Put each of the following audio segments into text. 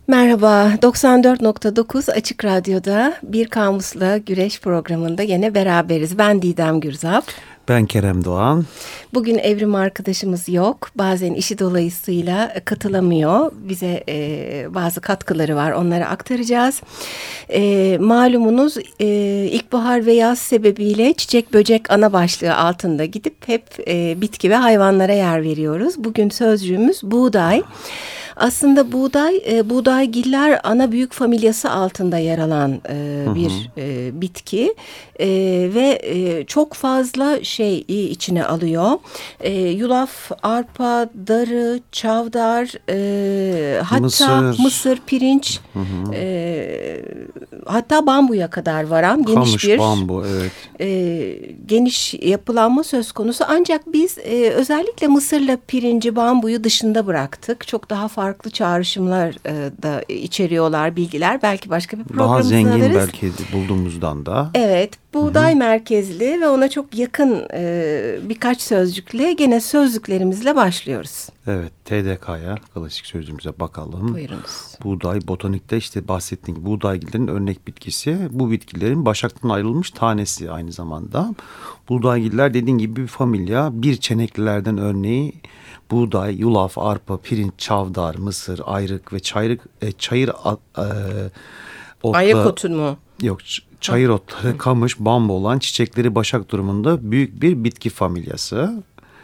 Merhaba, 94.9 Açık Radyo'da Bir Kamusla Güreş programında yine beraberiz. Ben Didem Gürzap. Ben Kerem Doğan. Bugün Evrim arkadaşımız yok. Bazen işi dolayısıyla katılamıyor. Bize bazı katkıları var. Onları aktaracağız. Malumunuz ilkbahar ve yaz sebebiyle çiçek böcek ana başlığı altında gidip hep bitki ve hayvanlara yer veriyoruz. Bugün sözcüğümüz buğday. Aslında buğdaygiller ana büyük familyası altında yer alan bir bitki ve çok fazla şey içine alıyor. Yulaf, arpa, darı, çavdar, hatta mısır, pirinç, hatta bambuya kadar varan geniş bambu, evet. Geniş yapılanma söz konusu. Ancak biz özellikle mısırla pirinci, bambuyu dışında bıraktık. Çok daha farklı çağrışımlar da içeriyorlar bilgiler. Belki başka bir programımızda daha zengin alırız. Belki bulduğumuzdan da. Evet, buğday merkezli ve ona çok yakın birkaç sözcükle gene sözlüklerimizle başlıyoruz. Evet, TDK'ya, klasik sözcüğümüze bakalım. Buyurunuz. Buğday, botanikte işte bahsettiğim gibi buğdaygillerin örnek bitkisi. Bu bitkilerin başaktan ayrılmış tanesi aynı zamanda. Buğdaygiller dediğin gibi bir familya. Bir çeneklilerden örneği buğday, yulaf, arpa, pirinç, çavdar, mısır, ayrık ve çayır otla... Ayak otu mu? Yok, çayır otları, kamış, bambu olan çiçekleri başak durumunda büyük bir bitki familyası.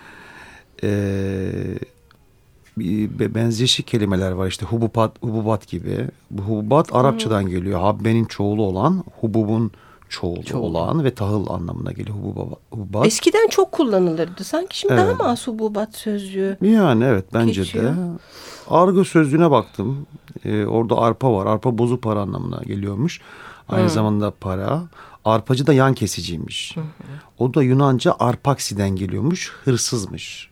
Benzeşik kelimeler var işte hububat gibi. Bu hububat Arapçadan geliyor. Habbenin çoğulu olan, hububun çoğulu olan ve tahıl anlamına geliyor hububat. Eskiden çok kullanılırdı. Sanki şimdi daha mı az hububat sözcüğü? Yani evet, bence geçiyor. de. Argo sözlüğüne baktım. Orada arpa var. Arpa bozuk para anlamına geliyormuş. Aynı zamanda para. Arpacı da yan kesiciymiş. O da Yunanca arpaksiden geliyormuş. Hırsızmış.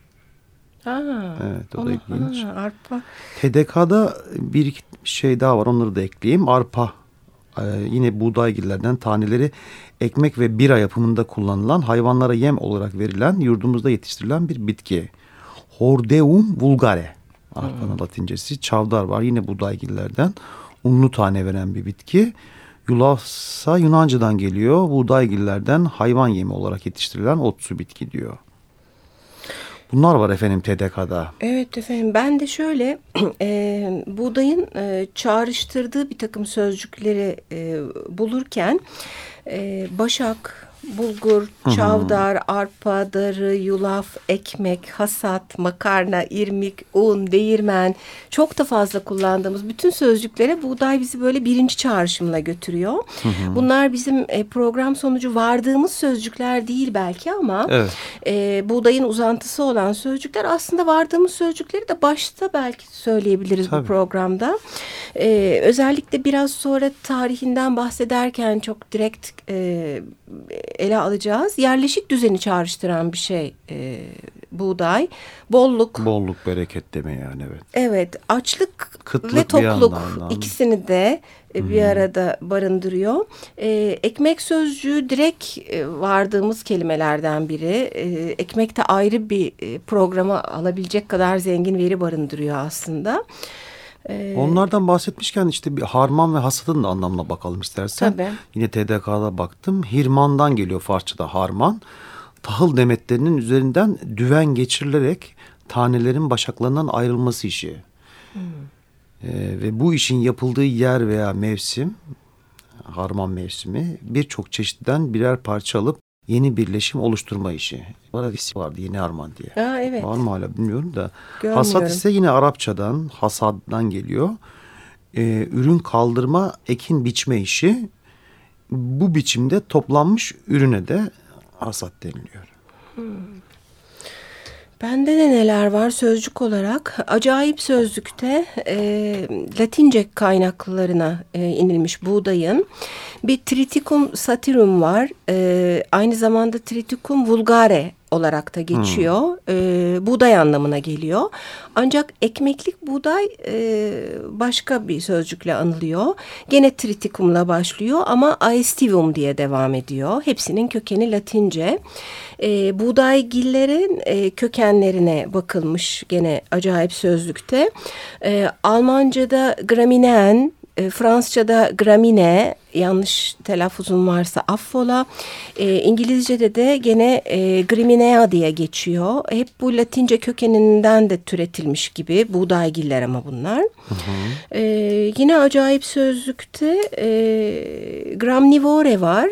Evet, o da ilginç. Arpa. TDK'da bir iki şey daha var, onları da ekleyeyim. Arpa yine buğdaygillerden, taneleri ekmek ve bira yapımında kullanılan, hayvanlara yem olarak verilen, yurdumuzda yetiştirilen bir bitki. Hordeum vulgare. Arpanın Latincesi. Çavdar var yine buğdaygillerden. Unlu tane veren bir bitki. Yulafsa Yunanca'dan geliyor. Buğdaygillerden hayvan yemi olarak yetiştirilen otsu bitki diyor. Bunlar var efendim TDK'da. Evet efendim, ben de şöyle buğdayın çağrıştırdığı bir takım sözcükleri bulurken başak, bulgur, çavdar, arpa, darı, yulaf, ekmek, hasat, makarna, irmik, un, değirmen, çok da fazla kullandığımız bütün sözcüklere buğday bizi böyle birinci çağrışımla götürüyor. Bunlar bizim program sonucu vardığımız sözcükler değil belki ama buğdayın uzantısı olan sözcükler, aslında vardığımız sözcükleri de başta belki söyleyebiliriz bu programda. Özellikle biraz sonra tarihinden bahsederken çok direkt ele alacağız. Yerleşik düzeni çağrıştıran bir şey buğday. Bolluk, bereket deme yani, evet. Evet, açlık Kıtlık ve tokluk, ikisini de bir arada barındırıyor. Ekmek sözcüğü direkt vardığımız kelimelerden biri. Ekmek de ayrı bir programa alabilecek kadar zengin veri barındırıyor aslında. Onlardan bahsetmişken işte bir harman ve hasadın da anlamına bakalım istersen. Tabii. Yine TDK'da baktım. Hirmandan geliyor Farsça'da harman. Tahıl demetlerinin üzerinden düven geçirilerek tanelerin başaklarından ayrılması işi. Ve bu işin yapıldığı yer veya mevsim, harman mevsimi, birçok çeşitten birer parça alıp yeni birleşim oluşturma işi. Vardı yeni harman diye. Evet. Var mı hala bilmiyorum da. Görmüyorum. Hasat ise yine Arapçadan, hasaddan geliyor. Ürün kaldırma, ekin biçme işi. Bu biçimde toplanmış ürüne de hasat deniliyor. Bende de neler var sözcük olarak? Acayip sözlükte Latince kaynaklarına inilmiş buğdayın. Bir Triticum satirum var. Aynı zamanda Triticum vulgare olarak da geçiyor. Buğday anlamına geliyor. Ancak ekmeklik buğday başka bir sözcükle anılıyor. Gene triticum'la başlıyor ama aestivum diye devam ediyor. Hepsinin kökeni Latince. Buğdaygillerin kökenlerine bakılmış gene acayip sözlükte. Almanca'da Gramineen, Fransızca'da gramine, yanlış telaffuzum varsa affola. İngilizce'de de gene Griminea diye geçiyor. Hep bu Latince kökeninden de türetilmiş gibi buğdaygiller ama bunlar. Yine acayip sözlükte gramnivore var.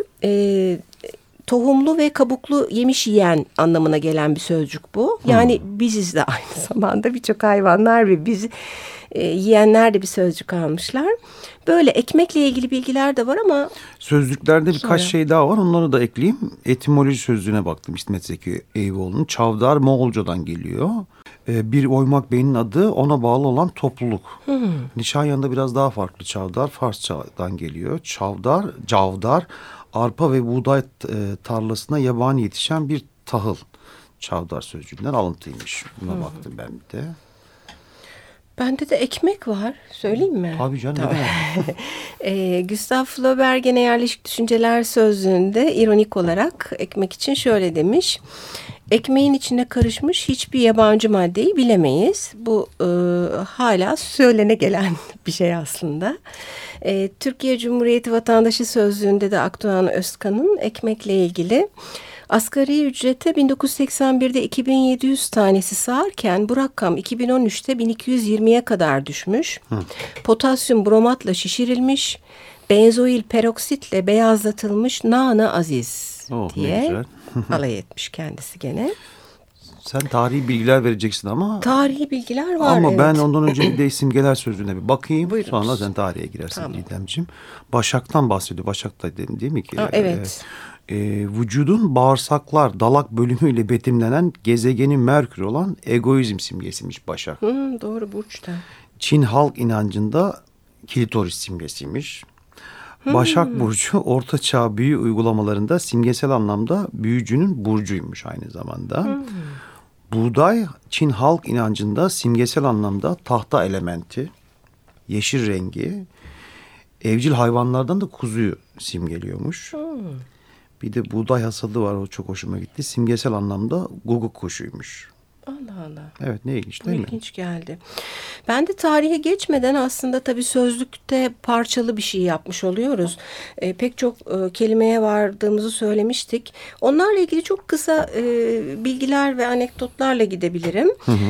Tohumlu ve kabuklu yemiş yiyen anlamına gelen bir sözcük bu. Yani biziz de aynı zamanda birçok hayvanlar ve biz yiyenler de bir sözcük almışlar. Böyle ekmekle ilgili bilgiler de var ama... Sözlüklerde birkaç şey daha var. Onları da ekleyeyim. Etimoloji sözlüğüne baktım İsmet Zeki Eyüboğlu'nun. Çavdar Moğolcadan geliyor. Bir oymak beynin adı, ona bağlı olan topluluk. Nişanyan'da biraz daha farklı. Çavdar Farsçadan geliyor. Çavdar, cavdar, arpa ve buğday tarlasına yabani yetişen bir tahıl. Çavdar sözcüğünden alıntıymış. Buna baktım ben bir de. Bende de ekmek var. Söyleyeyim mi? Tabii canım. Tamam. Gustav Flaubert gene yerleşik düşünceler sözlüğünde ironik olarak ekmek için şöyle demiş. Ekmeğin içine karışmış hiçbir yabancı maddeyi bilemeyiz. Bu hala söylene gelen bir şey aslında. Türkiye Cumhuriyeti Vatandaşı sözlüğünde de Akdoğan Özkan'ın ekmekle ilgili... Asgari ücrete 1981'de 2700 tanesi sığarken bu rakam 2013'te 1220'ye kadar düşmüş. Potasyum bromatla şişirilmiş, benzoil peroksitle beyazlatılmış nane aziz diye alay etmiş kendisi gene. Sen tarihi bilgiler vereceksin ama... Tarihi bilgiler var, ama evet. ben ondan önce bir de simgeler sözlüğüne bir bakayım. Buyurun. Sonra sen tarihe girersin, tamam. Didemciğim. Başak'tan bahsediyor. Başak da dedim değil mi ki? Evet. Vücudun bağırsaklar, dalak bölümüyle betimlenen gezegeni Merkür olan egoizm simgesiymiş Başak. Doğru, burçta. Çin halk inancında klitoris simgesiymiş. Başak Burcu Orta Çağ büyü uygulamalarında simgesel anlamda büyücünün burcuymuş aynı zamanda. Buğday Çin halk inancında simgesel anlamda tahta elementi, yeşil rengi, evcil hayvanlardan da kuzuyu simgeliyormuş. Bir de buğday hasadı var, o çok hoşuma gitti. Simgesel anlamda guguk kuşuymuş. Allah Allah. Evet, ne ilginç değil mi? İlginç geldi. Ben de tarihe geçmeden aslında tabii sözlükte parçalı bir şey yapmış oluyoruz. Pek çok kelimeye vardığımızı söylemiştik. Onlarla ilgili çok kısa bilgiler ve anekdotlarla gidebilirim.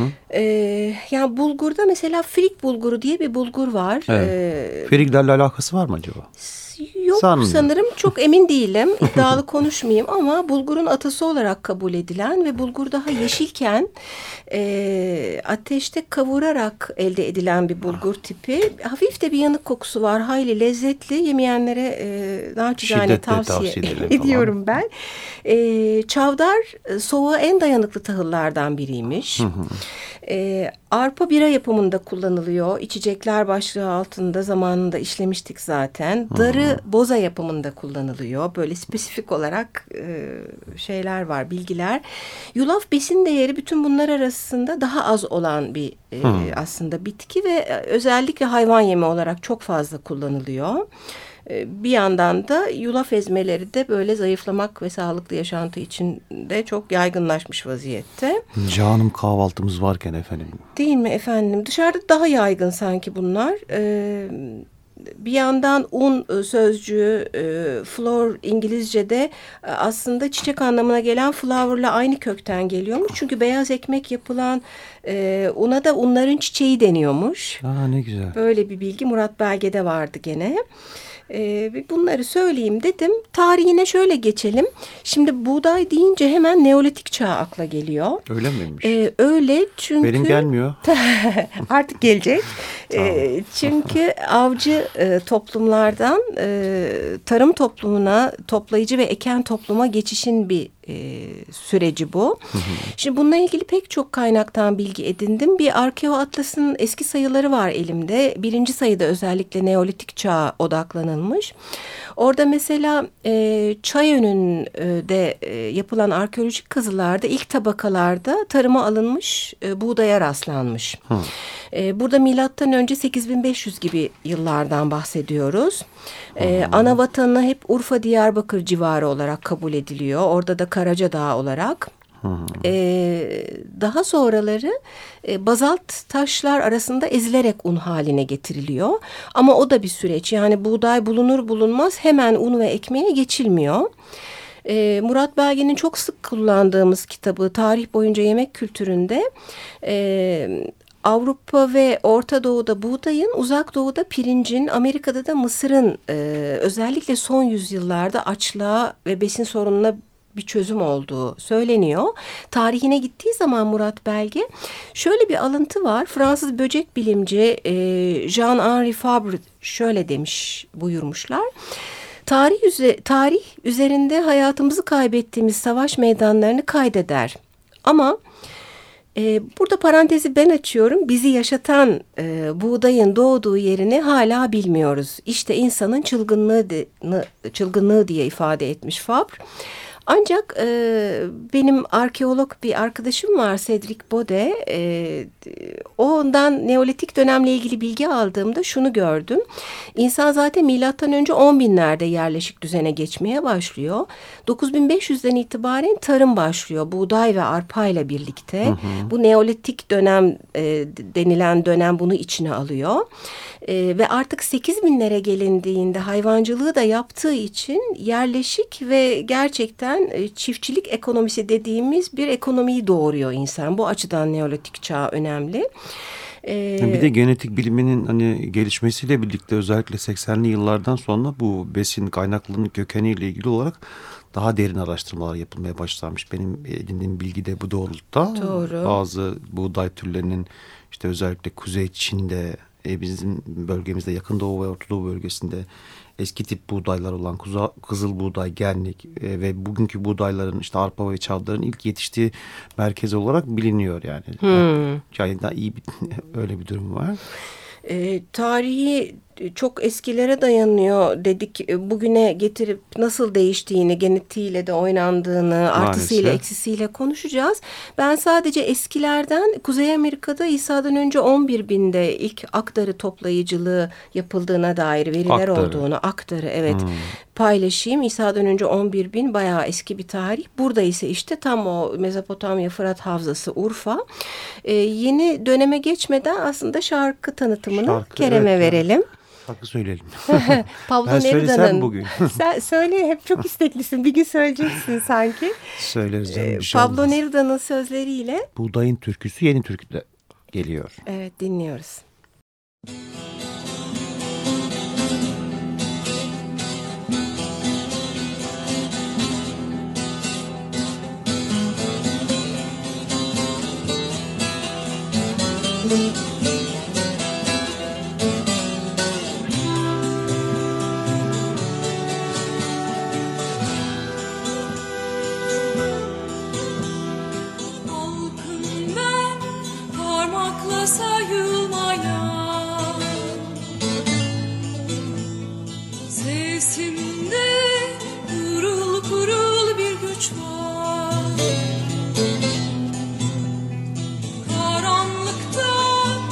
Yani bulgurda mesela frik bulguru diye bir bulgur var. Evet. Friklerle alakası var mı acaba? Yok sanırım, çok emin değilim. İddialı konuşmayayım ama bulgurun atası olarak kabul edilen ve bulgur daha yeşilken ateşte kavurarak elde edilen bir bulgur tipi. Hafif de bir yanık kokusu var. Hayli lezzetli. Yemeyenlere naçizane tavsiye ediyorum ben. Çavdar soğuğa en dayanıklı tahıllardan biriymiş. Arpa bira yapımında kullanılıyor. İçecekler başlığı altında zamanında işlemiştik zaten. Darı boza yapımında kullanılıyor. Böyle spesifik olarak şeyler var, bilgiler. Yulaf besin değeri bütün bunlar arasında daha az olan bir aslında bitki ve özellikle hayvan yemi olarak çok fazla kullanılıyor. Bir yandan da yulaf ezmeleri de böyle zayıflamak ve sağlıklı yaşantı için de çok yaygınlaşmış vaziyette. Canım kahvaltımız varken efendim. Değil mi efendim? Dışarıda daha yaygın sanki bunlar. Bir yandan un sözcüğü flour İngilizce'de aslında çiçek anlamına gelen flower'la aynı kökten geliyormuş. Çünkü beyaz ekmek yapılan una da unların çiçeği deniyormuş. Aa, ne güzel. Böyle bir bilgi Murat Belge'de vardı gene. Bunları söyleyeyim dedim. Tarihine şöyle geçelim. Şimdi buğday deyince hemen Neolitik çağ akla geliyor. Öyle miymiş? Öyle çünkü... Benim gelmiyor. Artık gelecek. Çünkü avcı toplumlardan tarım toplumuna, toplayıcı ve eken topluma geçişin bir süreci bu. Şimdi bununla ilgili pek çok kaynaktan bilgi edindim. Bir Arkeo Atlas'ın eski sayıları var elimde. 1. sayıda özellikle Neolitik çağa odaklanılmış. Orada mesela Çayönü'nde yapılan arkeolojik kazılarda ilk tabakalarda tarıma alınmış buğdaya rastlanmış. Burada milattan önce 8500 gibi yıllardan bahsediyoruz. Ana vatanı hep Urfa, Diyarbakır civarı olarak kabul ediliyor. Orada da Karacadağ olarak. Daha sonraları bazalt taşlar arasında ezilerek un haline getiriliyor. Ama o da bir süreç. Yani buğday bulunur bulunmaz hemen un ve ekmeğe geçilmiyor. Murat Belge'nin çok sık kullandığımız kitabı Tarih Boyunca Yemek Kültüründe Avrupa ve Orta Doğu'da buğdayın, Uzak Doğu'da pirincin, Amerika'da da mısırın özellikle son yüzyıllarda açlığa ve besin sorununa bir çözüm olduğu söyleniyor. Tarihine gittiği zaman Murat Belge şöyle bir alıntı var. Fransız böcek bilimci Jean-Henri Fabre şöyle demiş, buyurmuşlar. Tarih üzerinde hayatımızı kaybettiğimiz savaş meydanlarını kaydeder. Ama burada parantezi ben açıyorum. Bizi yaşatan buğdayın doğduğu yerini hala bilmiyoruz. İşte insanın çılgınlığı diye ifade etmiş Fabre. Ancak benim arkeolog bir arkadaşım var, Cedric Baudet. Ondan Neolitik dönemle ilgili bilgi aldığımda şunu gördüm. İnsan zaten milattan önce 10.000'lerde yerleşik düzene geçmeye başlıyor. 9500'den itibaren tarım başlıyor. Buğday ve arpayla birlikte. Bu Neolitik dönem denilen dönem bunu içine alıyor. Ve artık 8.000'lere gelindiğinde hayvancılığı da yaptığı için yerleşik ve gerçekten çiftçilik ekonomisi dediğimiz bir ekonomiyi doğuruyor insan. Bu açıdan Neolitik çağ önemli. Bir de genetik biliminin hani gelişmesiyle birlikte özellikle 80'li yıllardan sonra bu besin kaynaklarının kökeniyle ilgili olarak daha derin araştırmalar yapılmaya başlanmış. Benim edindiğim bilgi de bu doğrultuda. Doğru. Bazı buğday türlerinin işte özellikle Kuzey Çin'de, bizim bölgemizde Yakın Doğu ve Orta Doğu bölgesinde eski tip buğdaylar olan kızıl buğday, gernik ve bugünkü buğdayların işte arpa ve çavdarın ilk yetiştiği merkez olarak biliniyor yani. Yani daha iyi öyle bir durum var. Tarihi çok eskilere dayanıyor dedik. Bugüne getirip nasıl değiştiğini, genetiğiyle de oynandığını, artısıyla eksisiyle konuşacağız. Ben sadece eskilerden Kuzey Amerika'da İsa'dan önce 11.000'de ilk aktarı toplayıcılığı yapıldığına dair veriler olduğunu, evet, paylaşayım. İsa'dan önce 11.000 bayağı eski bir tarih. Burada ise işte tam o Mezopotamya, Fırat Havzası, Urfa. Yeni döneme geçmeden aslında şarkı tanıtımını Kerem'e verelim. Şarkı söyleyelim. Pablo ben söylesem bugün. Sen söyle, hep çok isteklisin. Bir gün söyleyeceksin sanki. Söyleriz canım, bir şey Pablo olmaz. Neruda'nın sözleriyle Buğdayın türküsü yeni türküde geliyor. Evet, dinliyoruz. Karanlıkta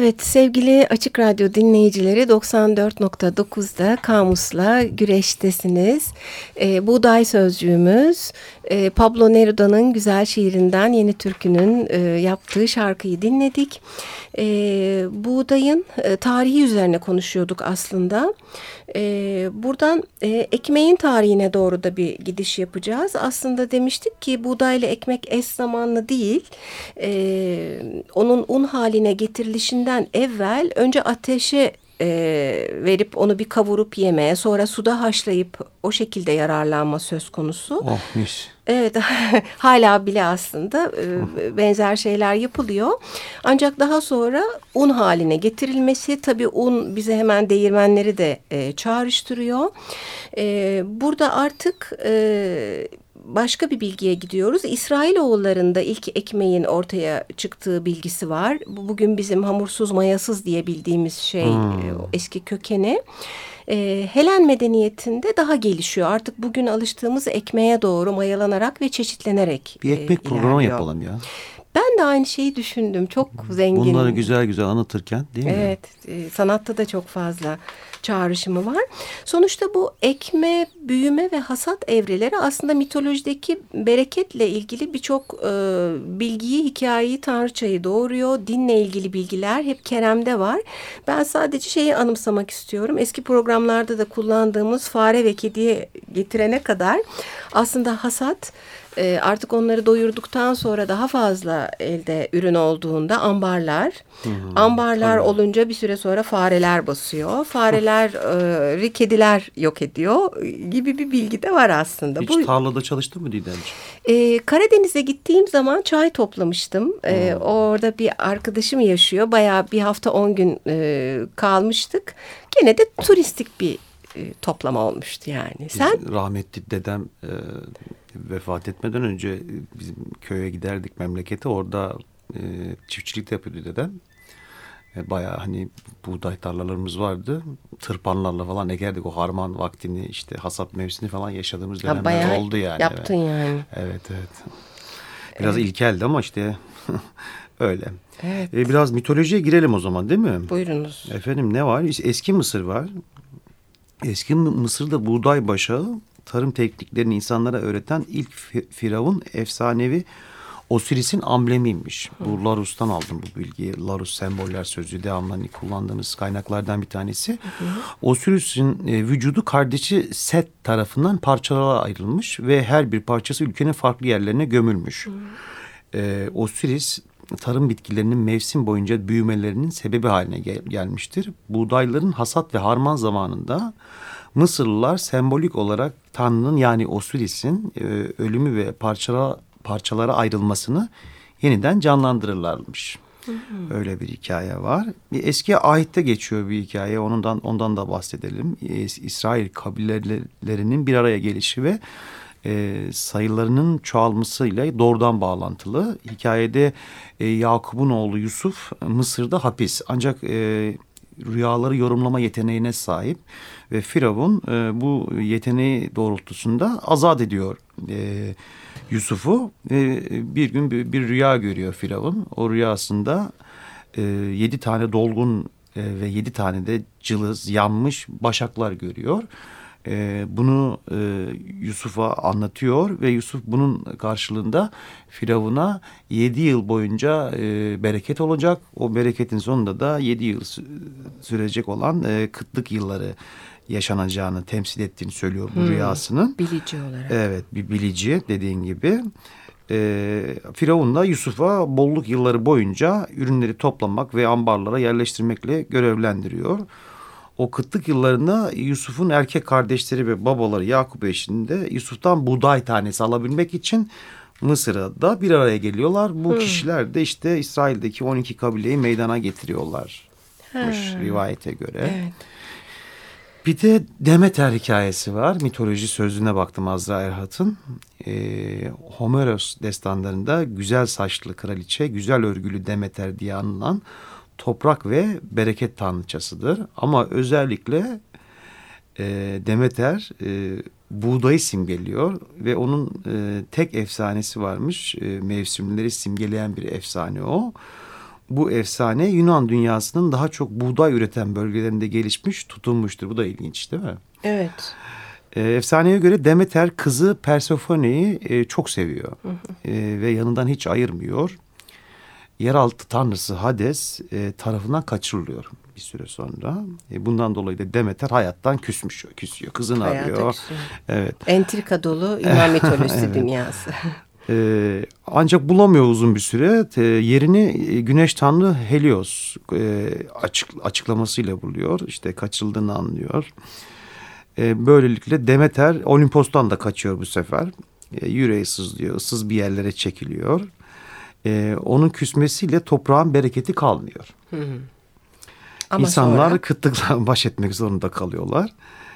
Evet, sevgili Açık Radyo dinleyicileri, 94.9'da Kamus'la güreştesiniz. Buğday sözcüğümüz Pablo Neruda'nın güzel şiirinden Yeni Türkü'nün yaptığı şarkıyı dinledik. Buğdayın tarihi üzerine konuşuyorduk aslında. Buradan ekmeğin tarihine doğru da bir gidiş yapacağız. Aslında demiştik ki buğdayla ekmek eş zamanlı değil. Onun un haline getirilişinden evvel önce ateşe verip onu bir kavurup yeme, sonra suda haşlayıp o şekilde yararlanma söz konusu. Oh mis. Evet, hala bile aslında benzer şeyler yapılıyor. Ancak daha sonra un haline getirilmesi, tabii un bize hemen değirmenleri de çağrıştırıyor. Burada artık başka bir bilgiye gidiyoruz. İsrailoğullarında ilk ekmeğin ortaya çıktığı bilgisi var. Bugün bizim hamursuz mayasız diye bildiğimiz şey eski kökeni. Helen medeniyetinde daha gelişiyor. Artık bugün alıştığımız ekmeğe doğru mayalanarak ve çeşitlenerek bir ekmek programı ilerliyor. yapalım ya. Ben de aynı şeyi düşündüm. Çok zengin. Bunları güzel güzel anlatırken değil mi? Evet, sanatta da çok fazla çağrışımı var. Sonuçta bu ekme, büyüme ve hasat evreleri aslında mitolojideki bereketle ilgili birçok bilgiyi, hikayeyi, tanrıçayı doğuruyor. Dinle ilgili bilgiler hep Kerem'de var. Ben sadece şeyi anımsamak istiyorum. Eski programlarda da kullandığımız fare ve kediye getirene kadar aslında hasat, artık onları doyurduktan sonra daha fazla elde ürün olduğunda ambarlar olunca bir süre sonra fareler basıyor. Fareler kediler yok ediyor gibi bir bilgi de var aslında. Hiç tarlada çalıştın mı Didemciğim? Karadeniz'e gittiğim zaman çay toplamıştım. Orada bir arkadaşım yaşıyor. Bayağı bir hafta 10 gün kalmıştık. Gene de turistik bir toplama olmuştu yani. Sen? Rahmetli dedem vefat etmeden önce bizim köye giderdik, memlekete. Orada çiftçilik de yapıyordu dedem. Bayağı hani buğday tarlalarımız vardı. Tırpanlarla falan ekerdik o harman vaktini, işte hasat mevsimini falan yaşadığımız dönemler oldu yani. Yaptın evet. yani. Evet. Biraz ilkeldi ama işte öyle. Evet. Biraz mitolojiye girelim o zaman, değil mi? Buyurunuz. Efendim, ne var? Eski Mısır var. Eski Mısır'da buğday başağı tarım tekniklerini insanlara öğreten ilk firavun efsanevi Osiris'in amblemiymiş. Bu Larus'tan aldım bu bilgiyi. Larus semboller sözcüğü devamlı hani kullandığımız kaynaklardan bir tanesi. Osiris'in vücudu kardeşi Set tarafından parçalara ayrılmış ve her bir parçası ülkenin farklı yerlerine gömülmüş. Osiris tarım bitkilerinin mevsim boyunca büyümelerinin sebebi haline gelmiştir. Buğdayların hasat ve harman zamanında Mısırlılar sembolik olarak Tanrı'nın, yani Osiris'in ölümü ve parçalara ayrılmasını yeniden canlandırırlarmış. Öyle bir hikaye var. Eski ahitte geçiyor bir hikaye. Ondan da bahsedelim. İsrail kabilelerinin bir araya gelişi ve sayılarının çoğalmasıyla doğrudan bağlantılı. Hikayede Yakup'un oğlu Yusuf Mısır'da hapis. Ancak rüyaları yorumlama yeteneğine sahip ve Firavun bu yeteneği doğrultusunda azat ediyor Yusuf'u. Bir gün bir rüya görüyor Firavun. O rüyasında 7 tane dolgun ve 7 tane de cılız, yanmış başaklar görüyor. Bunu Yusuf'a anlatıyor ve Yusuf bunun karşılığında Firavun'a 7 yıl boyunca bereket olacak. O bereketin sonunda da 7 yıl sürecek olan kıtlık yılları yaşanacağını temsil ettiğini söylüyor bu rüyasının. Bilici olarak. Evet, bir bilici dediğin gibi. Firavun da Yusuf'a bolluk yılları boyunca ürünleri toplamak ve ambarlara yerleştirmekle görevlendiriyor. O kıtlık yıllarında Yusuf'un erkek kardeşleri ve babaları Yakup eşliğinde Yusuf'tan buğday tanesi alabilmek için Mısır'da bir araya geliyorlar. Bu kişiler de işte İsrail'deki 12 kabileyi meydana getiriyorlar. Rivayete göre. Evet. Bir de Demeter hikayesi var. Mitoloji sözlüğüne baktım Azra Erhat'ın. Homeros destanlarında güzel saçlı kraliçe, güzel örgülü Demeter diye anılan toprak ve bereket tanrıçasıdır. Ama özellikle Demeter buğdayı simgeliyor ve onun tek efsanesi varmış. Mevsimleri simgeleyen bir efsane o. bu efsane Yunan dünyasının daha çok buğday üreten bölgelerinde gelişmiş, tutunmuştur. Bu da ilginç değil mi? Evet. Efsaneye göre Demeter kızı Persephone'yi çok seviyor. Ve yanından hiç ayırmıyor. Yeraltı tanrısı Hades tarafından kaçırılıyor bir süre sonra. Bundan dolayı da Demeter hayattan küsüyor. Kızını arıyor. Evet. Entrika dolu Yunan mitolojisi evet. Dünyası. Ancak bulamıyor uzun bir süre. Yerini güneş tanrı Helios açıklamasıyla buluyor. İşte kaçırıldığını anlıyor. Böylelikle Demeter Olimpos'tan da kaçıyor bu sefer. Yüreği sızlıyor, ıssız bir yerlere çekiliyor. Onun küsmesiyle toprağın bereketi kalmıyor. Ama İnsanlar sonra kıtlıkla baş etmek zorunda kalıyorlar.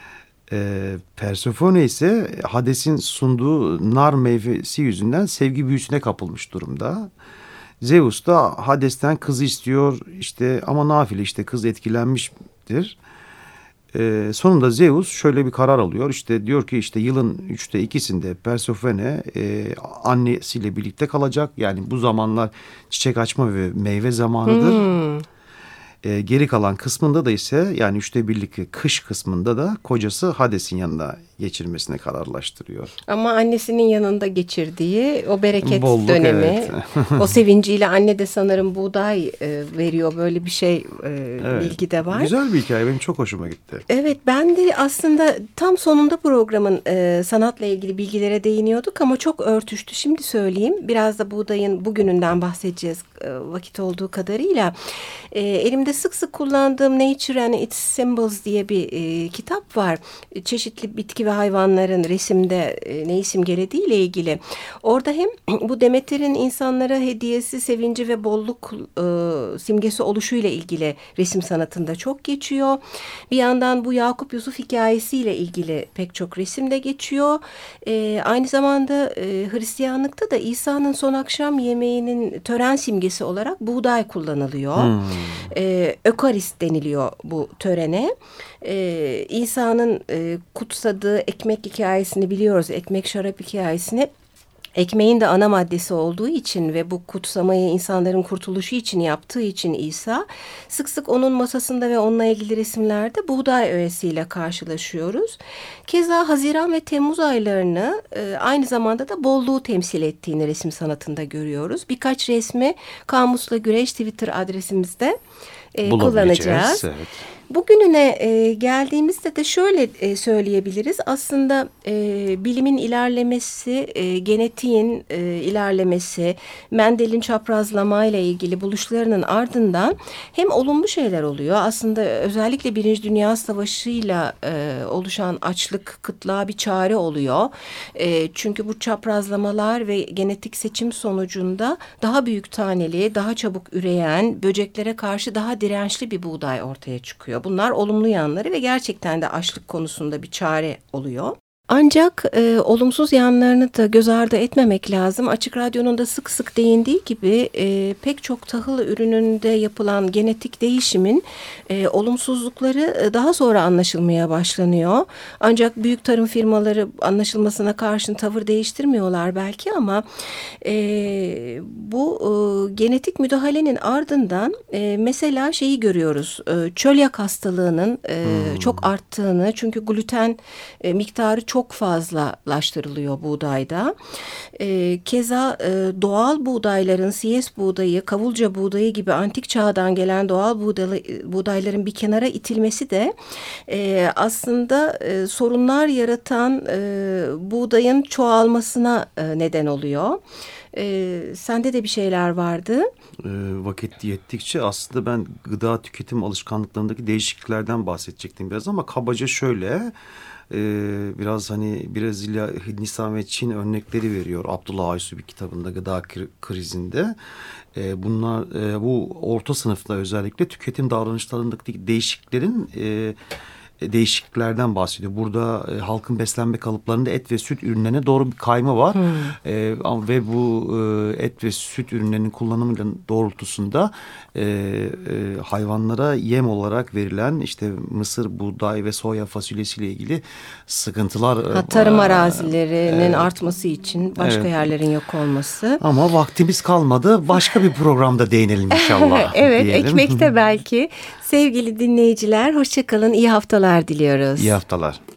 Persephone ise Hades'in sunduğu nar meyvesi yüzünden sevgi büyüsüne kapılmış durumda. Zeus da Hades'ten kızı istiyor işte ama nafile işte kız etkilenmiştir. Sonunda Zeus şöyle bir karar alıyor. İşte diyor ki işte yılın 2/3'ünde Persephone annesiyle birlikte kalacak. Yani bu zamanlar çiçek açma ve meyve zamanıdır. Geri kalan kısmında da ise yani 1/3'lik kış kısmında da kocası Hades'in yanında geçirmesine kararlaştırıyor. Ama annesinin yanında geçirdiği o bereket bolluk, dönemi, evet. O sevinciyle anne de sanırım buğday veriyor. Böyle bir şey evet. bilgi de var. Güzel bir hikaye, benim çok hoşuma gitti. Evet, ben de aslında tam sonunda programın sanatla ilgili bilgilere değiniyorduk ama çok örtüştü. Şimdi söyleyeyim, biraz da buğdayın bugününden bahsedeceğiz vakit olduğu kadarıyla. Elimde sık sık kullandığım Nature and Its Symbols diye bir kitap var. Çeşitli bitki ve hayvanların resimde neyi simgelediği ile ilgili. Orada hem bu Demeter'in insanlara hediyesi, sevinci ve bolluk simgesi oluşuyla ilgili resim sanatında çok geçiyor. Bir yandan bu Yakup Yusuf hikayesiyle ilgili pek çok resim de geçiyor. Aynı zamanda Hristiyanlıkta da İsa'nın son akşam yemeğinin tören simgesi olarak buğday kullanılıyor. Ökarist deniliyor bu törene. İsa'nın kutsadığı ekmek hikayesini biliyoruz. Ekmek şarap hikayesini. Ekmeğin de ana maddesi olduğu için ve bu kutsamayı insanların kurtuluşu için yaptığı için İsa, sık sık onun masasında ve onunla ilgili resimlerde buğday öğesiyle karşılaşıyoruz. Keza Haziran ve Temmuz aylarını aynı zamanda da bolluğu temsil ettiğini resim sanatında görüyoruz. Birkaç resmi Kamusla Güreş Twitter adresimizde kullanacağız. Evet. Bugününe geldiğimizde de şöyle söyleyebiliriz. Aslında bilimin ilerlemesi, genetiğin ilerlemesi, Mendel'in çaprazlamayla ilgili buluşlarının ardından hem olumlu şeyler oluyor. Aslında özellikle Birinci Dünya Savaşı'yla oluşan açlık, kıtlığa bir çare oluyor. Çünkü bu çaprazlamalar ve genetik seçim sonucunda daha büyük taneli, daha çabuk üreyen, böceklere karşı daha dirençli bir buğday ortaya çıkıyor. Bunlar olumlu yanları ve gerçekten de açlık konusunda bir çare oluyor. Ancak olumsuz yanlarını da göz ardı etmemek lazım. Açık Radyo'nun da sık sık değindiği gibi pek çok tahıl ürününde yapılan genetik değişimin olumsuzlukları daha sonra anlaşılmaya başlanıyor. Ancak büyük tarım firmaları anlaşılmasına karşın tavır değiştirmiyorlar belki ama bu genetik müdahalenin ardından mesela şeyi görüyoruz. Çölyak hastalığının çok arttığını, çünkü gluten miktarı çok fazlalaştırılıyor buğdayda. Keza doğal buğdayların, siyes buğdayı, kavulca buğdayı gibi antik çağdan gelen doğal buğdayların bir kenara itilmesi de aslında sorunlar yaratan buğdayın çoğalmasına neden oluyor. Sende de bir şeyler vardı. Vakit yettikçe aslında ben gıda tüketim alışkanlıklarındaki değişikliklerden bahsedecektim biraz ama kabaca şöyle... biraz hani Brezilya, Hindistan ve Çin örnekleri veriyor Abdullah Aysu bir kitabında gıda krizinde. Bunlar bu orta sınıfta özellikle tüketim davranışlarındaki değişikliklerin değişikliklerden bahsediyor. Burada halkın beslenme kalıplarında et ve süt ürünlerine doğru bir kayma var. Ve bu et ve süt ürünlerinin kullanımının doğrultusunda hayvanlara yem olarak verilen işte mısır, buğday ve soya fasulyesiyle ilgili sıkıntılar. Tarım arazilerinin artması için başka yerlerin yok olması. Ama vaktimiz kalmadı. Başka bir programda değinelim inşallah. Evet, diyelim. ekmekte belki. Sevgili dinleyiciler, hoşça kalın, iyi haftalar diliyoruz. İyi haftalar.